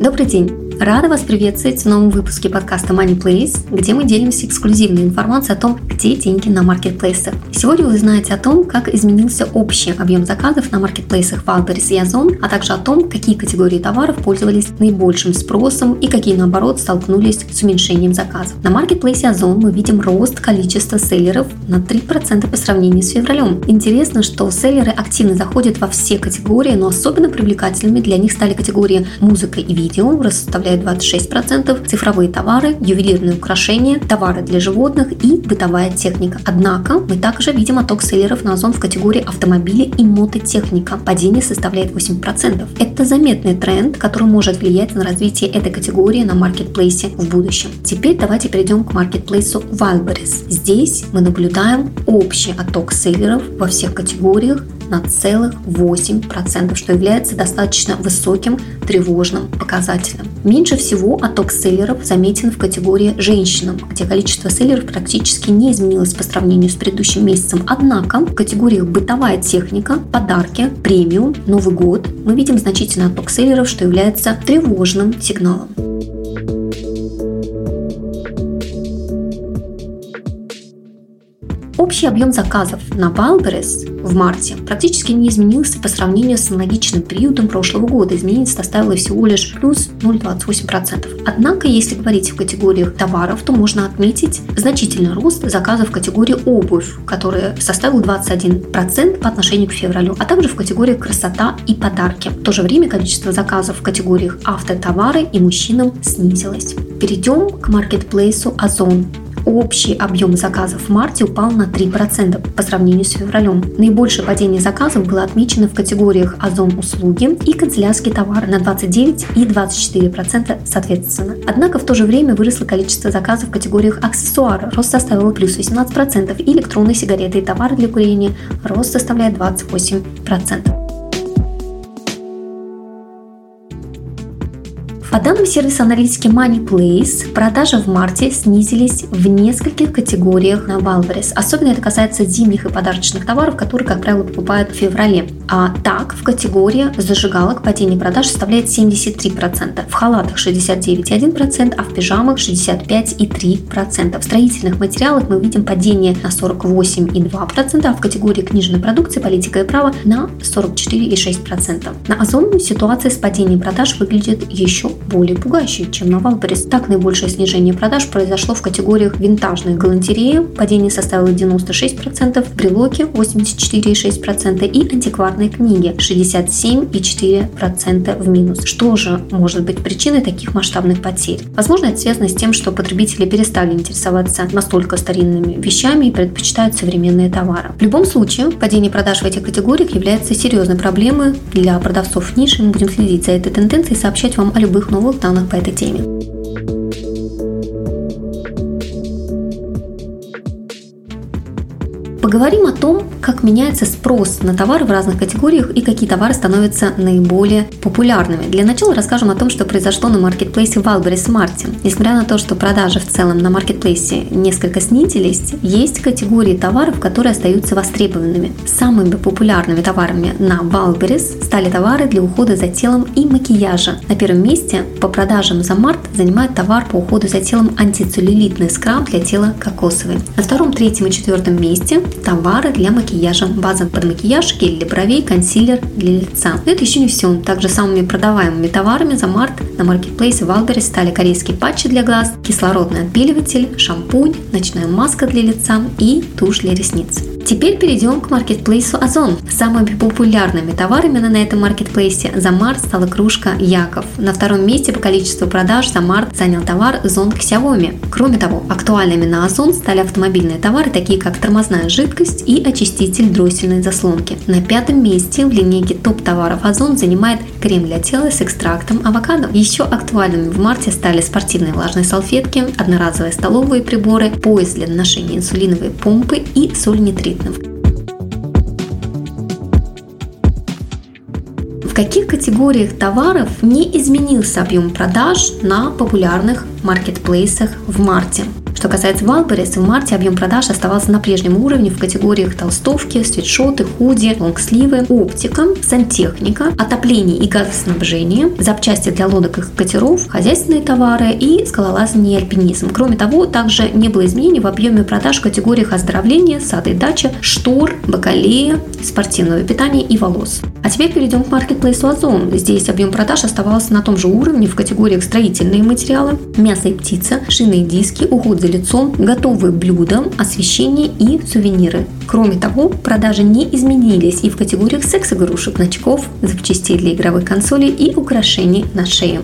Добрый день! Рада вас приветствовать в новом выпуске подкаста Money Place, где мы делимся эксклюзивной информацией о том, где деньги на маркетплейсах. Сегодня вы узнаете о том, как изменился общий объем заказов на маркетплейсах Wildberries и Озон, а также о том, какие категории товаров пользовались наибольшим спросом и какие, наоборот, столкнулись с уменьшением заказов. На маркетплейсе Озон мы видим рост количества селлеров на 3% по сравнению с февралем. Интересно, что селлеры активно заходят во все категории, но особенно привлекательными для них стали категории музыка и видео, составляют 26%, цифровые товары, ювелирные украшения, товары для животных и бытовая техника. Однако мы также видим отток селлеров на Озон в категории автомобили и мототехника. Падение составляет 8%. Это заметный тренд, который может влиять на развитие этой категории на маркетплейсе в будущем. Теперь давайте перейдем к маркетплейсу Wildberries. Здесь мы наблюдаем общий отток селлеров во всех категориях на целых 8%, что является достаточно высоким тревожным показателем. Меньше всего отток селлеров заметен в категории женщинам, где количество селлеров практически не изменилось по сравнению с предыдущим месяцем. Однако в категориях бытовая техника, подарки, премиум, Новый год мы видим значительный отток селлеров, что является тревожным сигналом. Общий объем заказов на Wildberries в марте практически не изменился по сравнению с аналогичным периодом прошлого года. Изменение составило всего лишь плюс 0,28%. Однако, если говорить в категориях товаров, то можно отметить значительный рост заказов в категории обувь, который составил 21% по отношению к февралю, а также в категории красота и подарки. В то же время количество заказов в категориях автотовары и мужчинам снизилось. Перейдем к маркетплейсу Озон. Общий объем заказов в марте упал на 3% по сравнению с февралем. Наибольшее падение заказов было отмечено в категориях Озон услуги и канцелярские товары на 29% и 24% соответственно. Однако в то же время выросло количество заказов в категориях аксессуары. Рост составил плюс 18%, и электронные сигареты и товары для курения рост составляет 28%. По данным сервиса аналитики Money Place, продажи в марте снизились в нескольких категориях на Wildberries. Особенно это касается зимних и подарочных товаров, которые, как правило, покупают в феврале. А так, в категории зажигалок падение продаж составляет 73%, в халатах 69,1%, а в пижамах 65,3%. В строительных материалах мы видим падение на 48,2%, а в категории книжной продукции, политика и право на 44,6%. На Озон ситуация с падением продаж выглядит еще более пугающей, чем на Wildberries. Так, наибольшее снижение продаж произошло в категориях винтажной галантереи, падение составило 96%, брелоки 84,6% и антикварные книги 67,4% в минус. Что же может быть причиной таких масштабных потерь? Возможно, это связано с тем, что потребители перестали интересоваться настолько старинными вещами и предпочитают современные товары. В любом случае, падение продаж в этих категориях является серьезной проблемой для продавцов ниши. Мы будем следить за этой тенденцией и сообщать вам о любых новых данных по этой теме. Поговорим о том, как меняется спрос на товары в разных категориях и какие товары становятся наиболее популярными. Для начала расскажем о том, что произошло на маркетплейсе Wildberries в марте. Несмотря на то, что продажи в целом на маркетплейсе несколько снизились, есть категории товаров, которые остаются востребованными. Самыми популярными товарами на Wildberries стали товары для ухода за телом и макияжа. На первом месте по продажам за март занимает товар по уходу за телом антицеллюлитный скраб для тела кокосовый. На втором, третьем и четвертом месте товары для макияжа, база под макияж, гель для бровей, консилер для лица. Но это еще не все. Также самыми продаваемыми товарами за март на маркетплейсе Wildberries стали корейские патчи для глаз, кислородный отбеливатель, шампунь, ночная маска для лица и тушь для ресниц. Теперь перейдем к маркетплейсу Озон. Самыми популярными товарами на этом маркетплейсе за март стала кружка Яков. На втором месте по количеству продаж за март занял товар зонт Xiaomi. Кроме того, актуальными на Озон стали автомобильные товары, такие как тормозная жидкость и очиститель дроссельной заслонки. На пятом месте в линейке топ-товаров Озон занимает крем для тела с экстрактом авокадо. Еще актуальными в марте стали спортивные влажные салфетки, одноразовые столовые приборы, пояс для ношения инсулиновой помпы и соль нитритных. В каких категориях товаров не изменился объем продаж на популярных маркетплейсах в марте? Что касается Wildberries, в марте объем продаж оставался на прежнем уровне в категориях толстовки, свитшоты, худи, лонгсливы, оптика, сантехника, отопление и газоснабжение, запчасти для лодок и катеров, хозяйственные товары и скалолазание и альпинизм. Кроме того, также не было изменений в объеме продаж в категориях оздоровления, сад и дача, штор, бакалея, спортивного питания и волос. А теперь перейдем к маркетплейсу Озон. Здесь объем продаж оставался на том же уровне в категориях строительные материалы, мясо и птица, шины и диски, уход за лицом, готовые блюда, освещение и сувениры. Кроме того, продажи не изменились и в категориях секс-игрушек, значков, запчастей для игровых консолей и украшений на шее.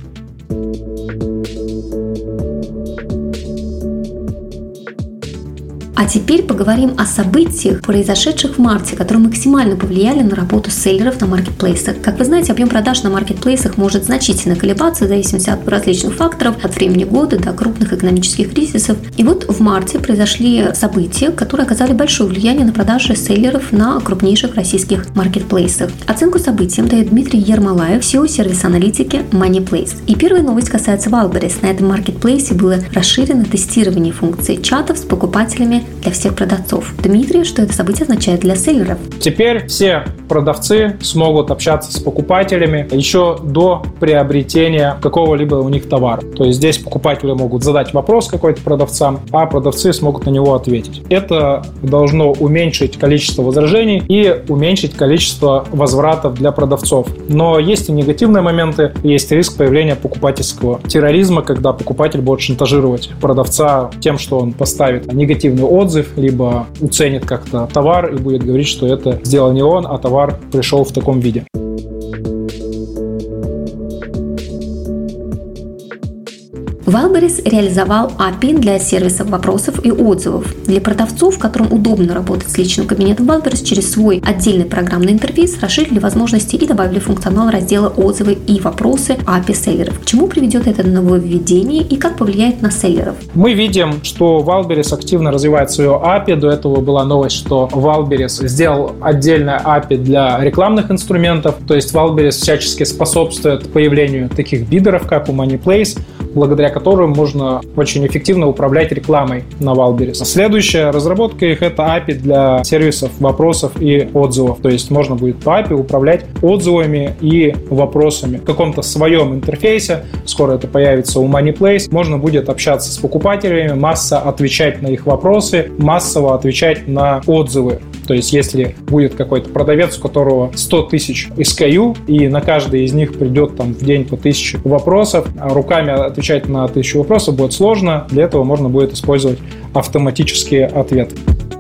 А теперь поговорим о событиях, произошедших в марте, которые максимально повлияли на работу селлеров на маркетплейсах. Как вы знаете, объем продаж на маркетплейсах может значительно колебаться в зависимости от различных факторов, от времени года до крупных экономических кризисов. И вот в марте произошли события, которые оказали большое влияние на продажи селлеров на крупнейших российских маркетплейсах. Оценку событиям дает Дмитрий Ермолаев, SEO сервис-аналитики MoneyPlace. И первая новость касается Wildberries. На этом маркетплейсе было расширено тестирование функций чатов с покупателями для всех продавцов. Дмитрий, что это событие означает для селлеров? Теперь все продавцы смогут общаться с покупателями еще до приобретения какого-либо у них товара. То есть здесь покупатели могут задать вопрос какой-то продавцам, а продавцы смогут на него ответить. Это должно уменьшить количество возражений и уменьшить количество возвратов для продавцов. Но есть и негативные моменты, есть риск появления покупательского терроризма, когда покупатель будет шантажировать продавца тем, что он поставит негативный отзыв, либо уценит как-то товар и будет говорить, что это сделал не он, а товар пришел в таком виде. Wildberries реализовал API для сервисов вопросов и отзывов. Для продавцов, которым удобно работать с личным кабинетом Wildberries, через свой отдельный программный интерфейс расширили возможности и добавили функционал раздела «Отзывы и вопросы» API селлеров. К чему приведет это нововведение и как повлияет на селлеров? Мы видим, что Wildberries активно развивает свое API. До этого была новость, что Wildberries сделал отдельное API для рекламных инструментов. То есть Wildberries всячески способствует появлению таких бидеров, как у MoneyPlace, благодаря которым можно очень эффективно управлять рекламой на Wildberries. Следующая разработка их — это API для сервисов вопросов и отзывов. То есть можно будет по API управлять отзывами и вопросами в каком-то своем интерфейсе. Скоро это появится у MoneyPlace. Можно будет общаться с покупателями, массово отвечать на их вопросы, массово отвечать на отзывы. То есть, если будет какой-то продавец, у которого 100 тысяч SKU, и на каждый из них придет там в день по 1000 вопросов, а руками отвечать на 1000 вопросов будет сложно. Для этого можно будет использовать автоматические ответы.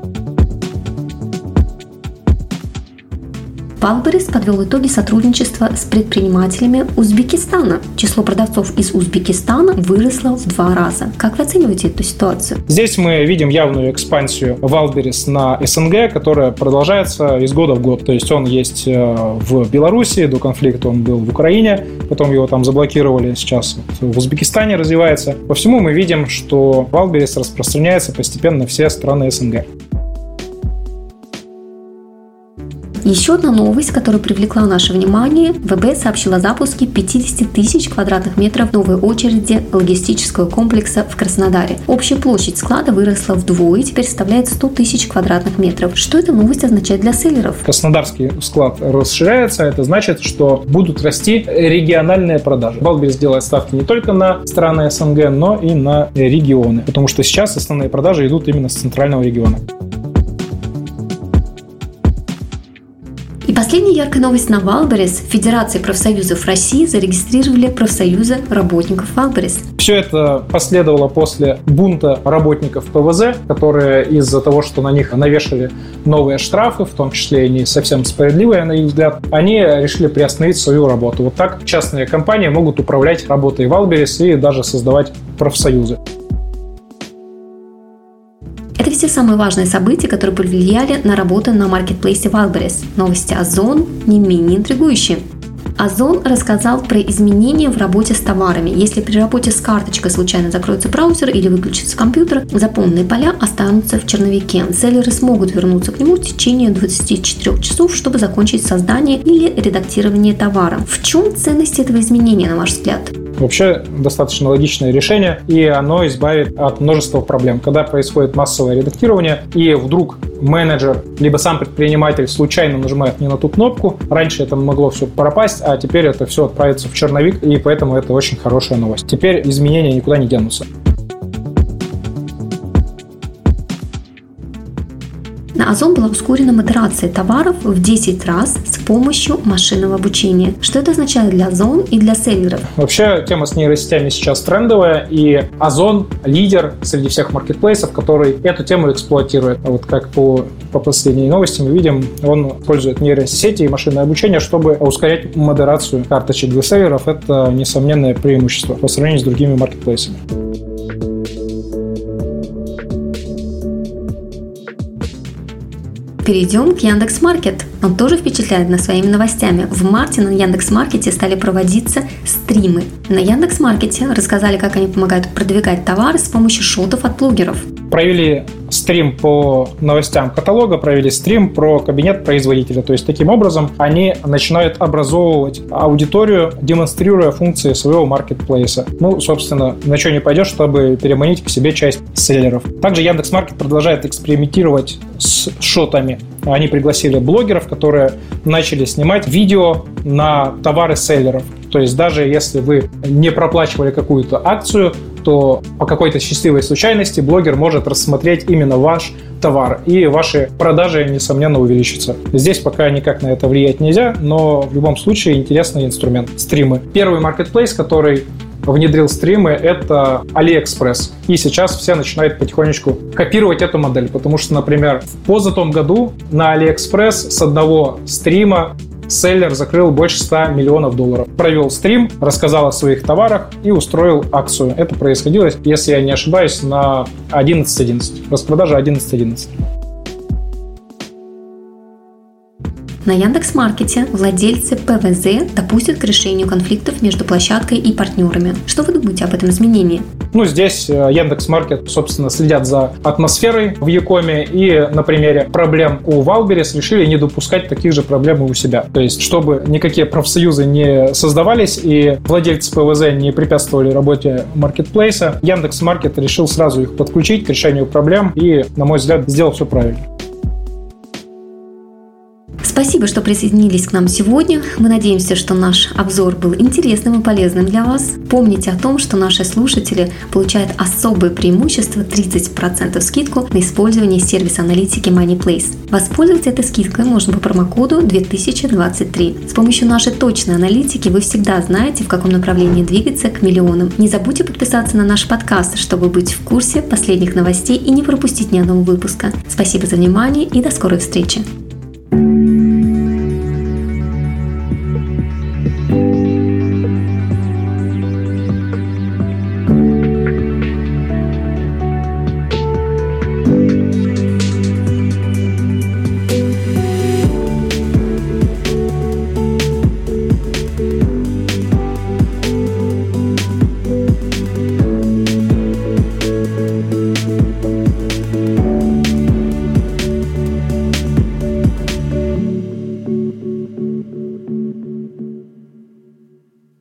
Wildberries подвел итоги сотрудничества с предпринимателями Узбекистана. Число продавцов из Узбекистана выросло в 2 раза. Как вы оцениваете эту ситуацию? Здесь мы видим явную экспансию Wildberries на СНГ, которая продолжается из года в год. То есть он есть в Беларуси, до конфликта он был в Украине, потом его там заблокировали, сейчас в Узбекистане развивается. По всему мы видим, что Wildberries распространяется постепенно на все страны СНГ. Еще одна новость, которая привлекла наше внимание. ВБ сообщил о запуске 50 тысяч квадратных метров новой очереди логистического комплекса в Краснодаре. Общая площадь склада выросла вдвое и теперь составляет 100 тысяч квадратных метров. Что эта новость означает для селлеров? Краснодарский склад расширяется. Это значит, что будут расти региональные продажи. Wildberries делает ставки не только на страны СНГ, но и на регионы. Потому что сейчас основные продажи идут именно с центрального региона. И последняя яркая новость на Wildberries. Федерации профсоюзов России зарегистрировали профсоюзы работников Wildberries. Все это последовало после бунта работников ПВЗ, которые из-за того, что на них навешали новые штрафы, в том числе и не совсем справедливые, на их взгляд, они решили приостановить свою работу. Вот так частные компании могут управлять работой Wildberries и даже создавать профсоюзы. Это все самые важные события, которые повлияли на работу на маркетплейсе Wildberries. Новости Озон не менее интригующие. Озон рассказал про изменения в работе с товарами. Если при работе с карточкой случайно закроется браузер или выключится компьютер, заполненные поля останутся в черновике. Селлеры смогут вернуться к нему в течение 24 часов, чтобы закончить создание или редактирование товара. В чем ценность этого изменения, на ваш взгляд? Вообще достаточно логичное решение, и оно избавит от множества проблем. Когда происходит массовое редактирование, и вдруг менеджер, либо сам предприниматель случайно нажимает не на ту кнопку, раньше это могло все пропасть, а теперь это все отправится в черновик, и поэтому это очень хорошая новость. Теперь изменения никуда не денутся. На Озон была ускорена модерация товаров в 10 раз с помощью машинного обучения. Что это означает для Озон и для селлеров? Вообще, тема с нейросетями сейчас трендовая, и Озон лидер среди всех маркетплейсов, который эту тему эксплуатирует. А вот как по последней новости мы видим, он использует нейросети и машинное обучение, чтобы ускорять модерацию карточек для селлеров. Это несомненное преимущество по сравнению с другими маркетплейсами. Перейдем к Яндекс.Маркет. Он тоже впечатляет нас своими новостями. В марте на Яндекс.Маркете стали проводиться стримы. На Яндекс.Маркете рассказали, как они помогают продвигать товары с помощью шотов от блогеров. Провели стрим по новостям каталога, провели стрим про кабинет производителя. То есть таким образом они начинают образовывать аудиторию, демонстрируя функции своего маркетплейса. Собственно, на что не пойдешь, чтобы переманить к себе часть селлеров. Также Яндекс.Маркет продолжает экспериментировать с шотами. Они пригласили блогеров, которые начали снимать видео на товары селлеров. То есть даже если вы не проплачивали какую-то акцию, то по какой-то счастливой случайности блогер может рассмотреть именно ваш товар, и ваши продажи, несомненно, увеличатся. Здесь пока никак на это влиять нельзя, но в любом случае интересный инструмент. Стримы. Первый маркетплейс, который внедрил стримы, это AliExpress. И сейчас все начинают потихонечку копировать эту модель, потому что, например, в позатом году на AliExpress с одного стрима селлер закрыл больше $100 миллионов. Провел стрим, рассказал о своих товарах и устроил акцию. Это происходило, если я не ошибаюсь, на 11.11. Распродажа 11.11. На Яндекс.Маркете владельцы ПВЗ допустят к решению конфликтов между площадкой и партнерами. Что вы думаете об этом изменении? Здесь Яндекс.Маркет, собственно, следят за атмосферой в Якоме, и на примере проблем у Валберес решили не допускать таких же проблем и у себя. То есть, чтобы никакие профсоюзы не создавались и владельцы ПВЗ не препятствовали работе маркетплейса, Яндекс.Маркет решил сразу их подключить к решению проблем и, на мой взгляд, сделал все правильно. Спасибо, что присоединились к нам сегодня. Мы надеемся, что наш обзор был интересным и полезным для вас. Помните о том, что наши слушатели получают особое преимущество 30% скидку на использование сервиса аналитики MoneyPlace. Воспользоваться этой скидкой можно по промокоду 2023. С помощью нашей точной аналитики вы всегда знаете, в каком направлении двигаться к миллионам. Не забудьте подписаться на наш подкаст, чтобы быть в курсе последних новостей и не пропустить ни одного выпуска. Спасибо за внимание и до скорой встречи.